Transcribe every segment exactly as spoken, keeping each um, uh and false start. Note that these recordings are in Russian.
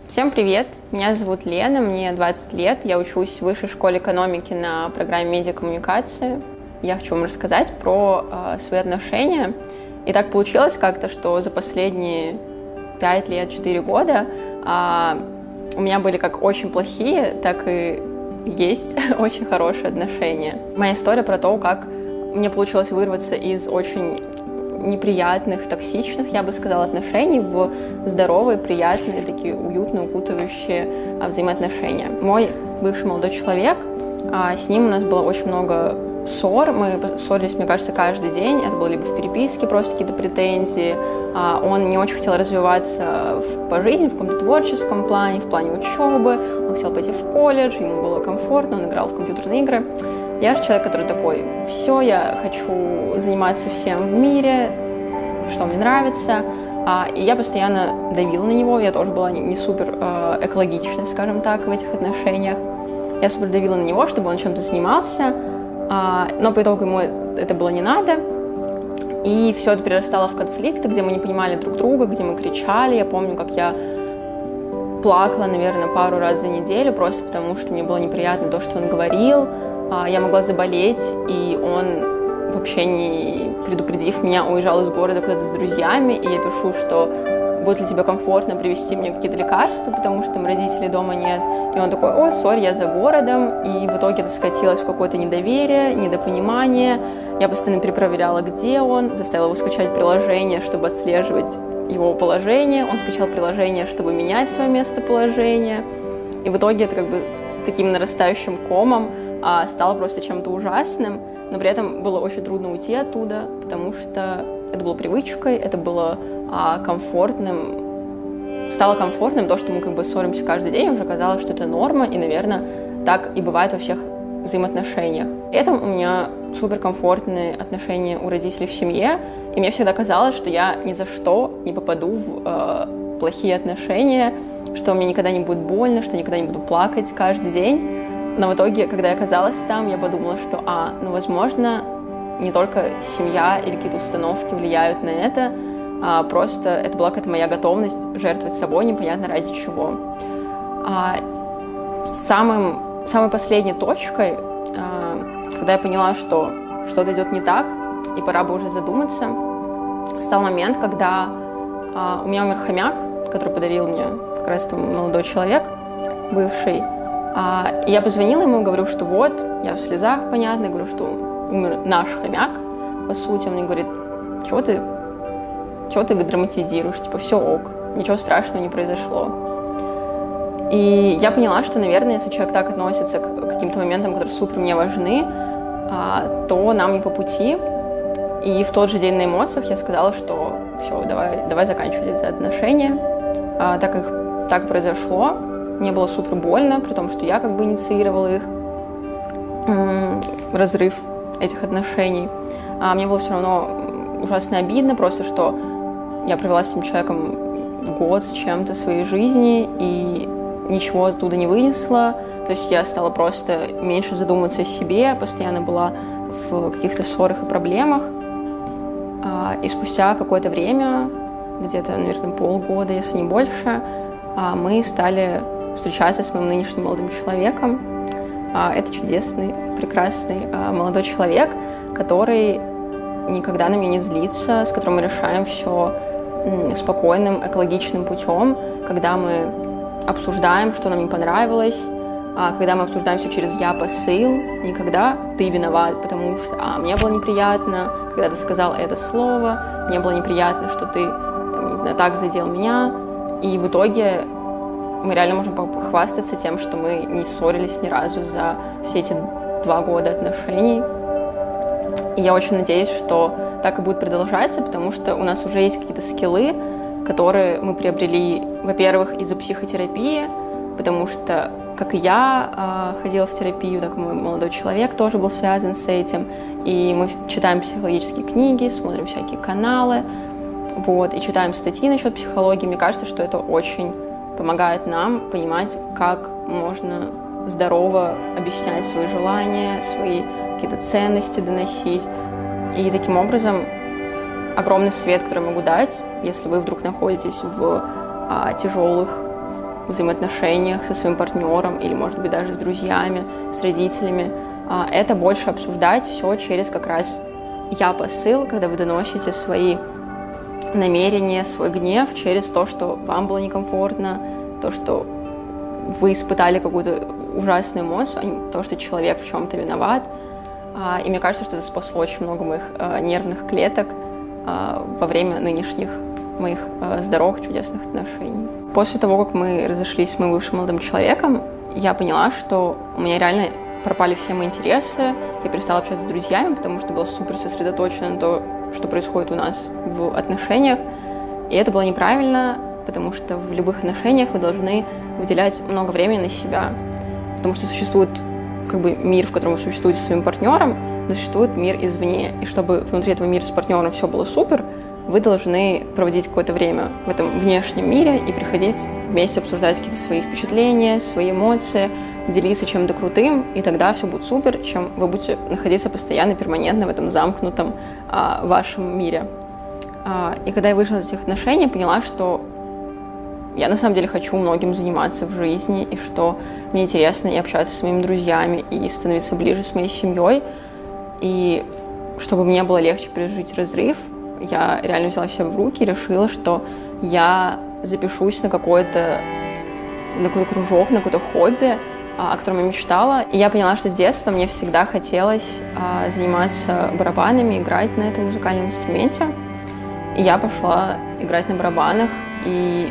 Всем привет! Меня зовут Лена, мне двадцать лет, я учусь в Высшей школе экономики на программе медиакоммуникации. Я хочу вам рассказать про э, свои отношения. И так получилось как-то, что за последние пять лет, четыре года э, у меня были как очень плохие, так и есть очень хорошие отношения. Моя история про то, как мне получилось вырваться из очень неприятных, токсичных, я бы сказала, отношений в здоровые, приятные, такие уютные, укутывающие а, взаимоотношения. Мой бывший молодой человек, а, с ним у нас было очень много ссор, мы ссорились, мне кажется, каждый день, это было либо в переписке, просто какие-то претензии, а, он не очень хотел развиваться в, по жизни, в каком-то творческом плане, в плане учебы, он хотел пойти в колледж, ему было комфортно, он играл в компьютерные игры. Я же человек, который такой: все, я хочу заниматься всем в мире, что мне нравится. А, и я постоянно давила на него, я тоже была не, не супер э, экологичной, скажем так, в этих отношениях. Я супер давила на него, чтобы он чем-то занимался, а, но по итогу ему это было не надо. И все это перерастало в конфликты, где мы не понимали друг друга, где мы кричали. Я помню, как я плакала, наверное, пару раз за неделю, просто потому что мне было неприятно то, что он говорил. Я могла заболеть, и он, вообще не предупредив меня, уезжал из города куда-то с друзьями, и я пишу, что будет ли тебе комфортно привезти мне какие-то лекарства, потому что там родителей дома нет. И он такой: ой, сори, я за городом. И в итоге это скатилось в какое-то недоверие, недопонимание. Я постоянно перепроверяла, где он, заставила его скачать приложение, чтобы отслеживать его положение. Он скачал приложение, чтобы менять свое местоположение. И в итоге это как бы таким нарастающим комом а стало просто чем-то ужасным, но при этом было очень трудно уйти оттуда, потому что это было привычкой, это было а, комфортным, стало комфортным то, что мы как бы ссоримся каждый день, уже казалось, что это норма, и, наверное, так и бывает во всех взаимоотношениях. При этом у меня суперкомфортные отношения у родителей в семье, и мне всегда казалось, что я ни за что не попаду в э, плохие отношения, что мне никогда не будет больно, что никогда не буду плакать каждый день. Но в итоге, когда я оказалась там, я подумала, что, а, ну, возможно, не только семья или какие-то установки влияют на это, а просто это была какая-то моя готовность жертвовать собой непонятно ради чего. А самым, самой последней точкой, а, когда я поняла, что что-то идет не так, и пора бы уже задуматься, стал момент, когда а, у меня умер хомяк, который подарил мне как раз там молодой человек, бывший. А, и я позвонила ему, говорю, что вот, я в слезах, понятно, говорю, что умер наш хомяк, по сути. Он мне говорит: чего ты, чего ты драматизируешь, типа, все ок, ничего страшного не произошло. И я поняла, что, наверное, если человек так относится к каким-то моментам, которые супер мне важны, а, то нам не по пути. И в тот же день на эмоциях я сказала, что все, давай, давай заканчивать эти отношения. А, так их так произошло. Мне было супер больно, при том, что я как бы инициировала их, разрыв этих отношений. А мне было все равно ужасно обидно, просто что я провела с этим человеком год с чем-то своей жизни и ничего оттуда не вынесла. То есть я стала просто меньше задумываться о себе, постоянно была в каких-то ссорах и проблемах. И спустя какое-то время, где-то, наверное, полгода, если не больше, мы стали встречаться с моим нынешним молодым человеком. Это чудесный, прекрасный молодой человек, который никогда на меня не злится, с которым мы решаем все спокойным, экологичным путем, когда мы обсуждаем, что нам не понравилось, когда мы обсуждаем все через «я-посыл», никогда «ты виноват, потому что а, мне было неприятно, когда ты сказал это слово, мне было неприятно, что ты, там, не знаю, так задел меня». И в итоге мы реально можем похвастаться тем, что мы не ссорились ни разу за все эти два года отношений. И я очень надеюсь, что так и будет продолжаться, потому что у нас уже есть какие-то скиллы, которые мы приобрели, во-первых, из-за психотерапии, потому что, как и я ходила в терапию, так и мой молодой человек тоже был связан с этим. И мы читаем психологические книги, смотрим всякие каналы, вот, и читаем статьи насчет психологии. Мне кажется, что это очень помогает нам понимать, как можно здорово объяснять свои желания, свои какие-то ценности доносить. И таким образом огромный совет, который я могу дать, если вы вдруг находитесь в а, тяжелых взаимоотношениях со своим партнером или, может быть, даже с друзьями, с родителями, это больше обсуждать все через как раз я-посыл, когда вы доносите свои намерения, свой гнев через то, что вам было некомфортно, то, что вы испытали какую-то ужасную эмоцию, а не то, что человек в чем-то виноват. И мне кажется, что это спасло очень много моих нервных клеток во время нынешних моих здоровых, чудесных отношений. После того, как мы разошлись с моим бывшим молодым человеком, я поняла, что у меня реально пропали все мои интересы, я перестала общаться с друзьями, потому что была супер сосредоточена на то, что происходит у нас в отношениях. И это было неправильно, потому что в любых отношениях вы должны выделять много времени на себя. Потому что существует как бы мир, в котором вы существуете со своим партнером, но существует мир извне. И чтобы внутри этого мира с партнером все было супер, вы должны проводить какое-то время в этом внешнем мире и приходить вместе обсуждать какие-то свои впечатления, свои эмоции, делиться чем-то крутым, и тогда все будет супер, чем вы будете находиться постоянно, перманентно в этом замкнутом а, вашем мире. А, и когда я вышла из этих отношений, я поняла, что я на самом деле хочу многим заниматься в жизни, и что мне интересно и общаться со своими друзьями, и становиться ближе с моей семьей. И чтобы мне было легче пережить разрыв, я реально взяла себя в руки и решила, что я запишусь на какой-то на какой-то кружок, на какое-то хобби, о котором я мечтала. И я поняла, что с детства мне всегда хотелось а, заниматься барабанами, играть на этом музыкальном инструменте. И я пошла играть на барабанах, и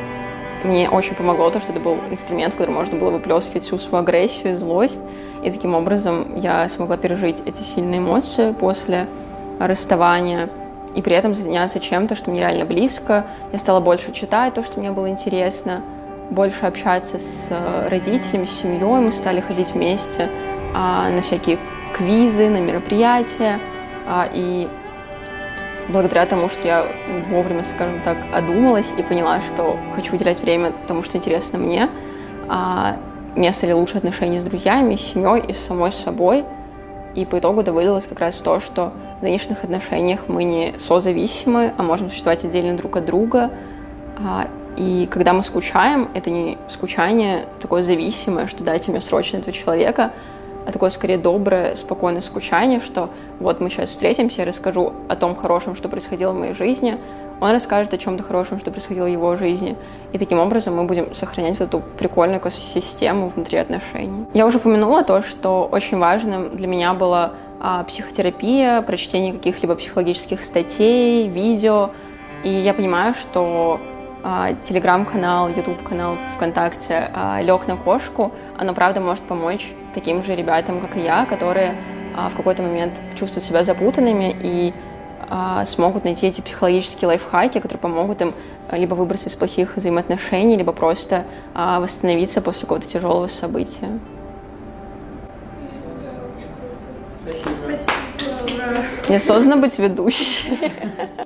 мне очень помогло то, что это был инструмент, в котором можно было выплескивать всю свою агрессию, злость. И таким образом я смогла пережить эти сильные эмоции после расставания и при этом заняться чем-то, что мне реально близко. Я стала больше читать то, что мне было интересно, больше общаться с родителями, с семьей. Мы стали ходить вместе а, на всякие квизы, на мероприятия. А, и благодаря тому, что я вовремя, скажем так, одумалась и поняла, что хочу уделять время тому, что интересно мне, а, у меня стали лучшие отношения с друзьями, с семьей и с самой собой. И по итогу это вылилось как раз в то, что в нынешних отношениях мы не созависимы, а можем существовать отдельно друг от друга. А, И когда мы скучаем, это не скучание такое зависимое, что дайте мне срочно этого человека, а такое скорее доброе, спокойное скучание, что вот мы сейчас встретимся, я расскажу о том хорошем, что происходило в моей жизни, он расскажет о чем-то хорошем, что происходило в его жизни. И таким образом мы будем сохранять вот эту прикольную экосистему внутри отношений. Я уже упомянула то, что очень важным для меня была а, психотерапия, прочтение каких-либо психологических статей, видео. И я понимаю, что телеграм-канал, ютуб-канал ВКонтакте «Лег на кошку», оно, правда, может помочь таким же ребятам, как и я, которые в какой-то момент чувствуют себя запутанными и смогут найти эти психологические лайфхаки, которые помогут им либо выбраться из плохих взаимоотношений, либо просто восстановиться после какого-то тяжелого события. Спасибо. Я создана быть ведущей.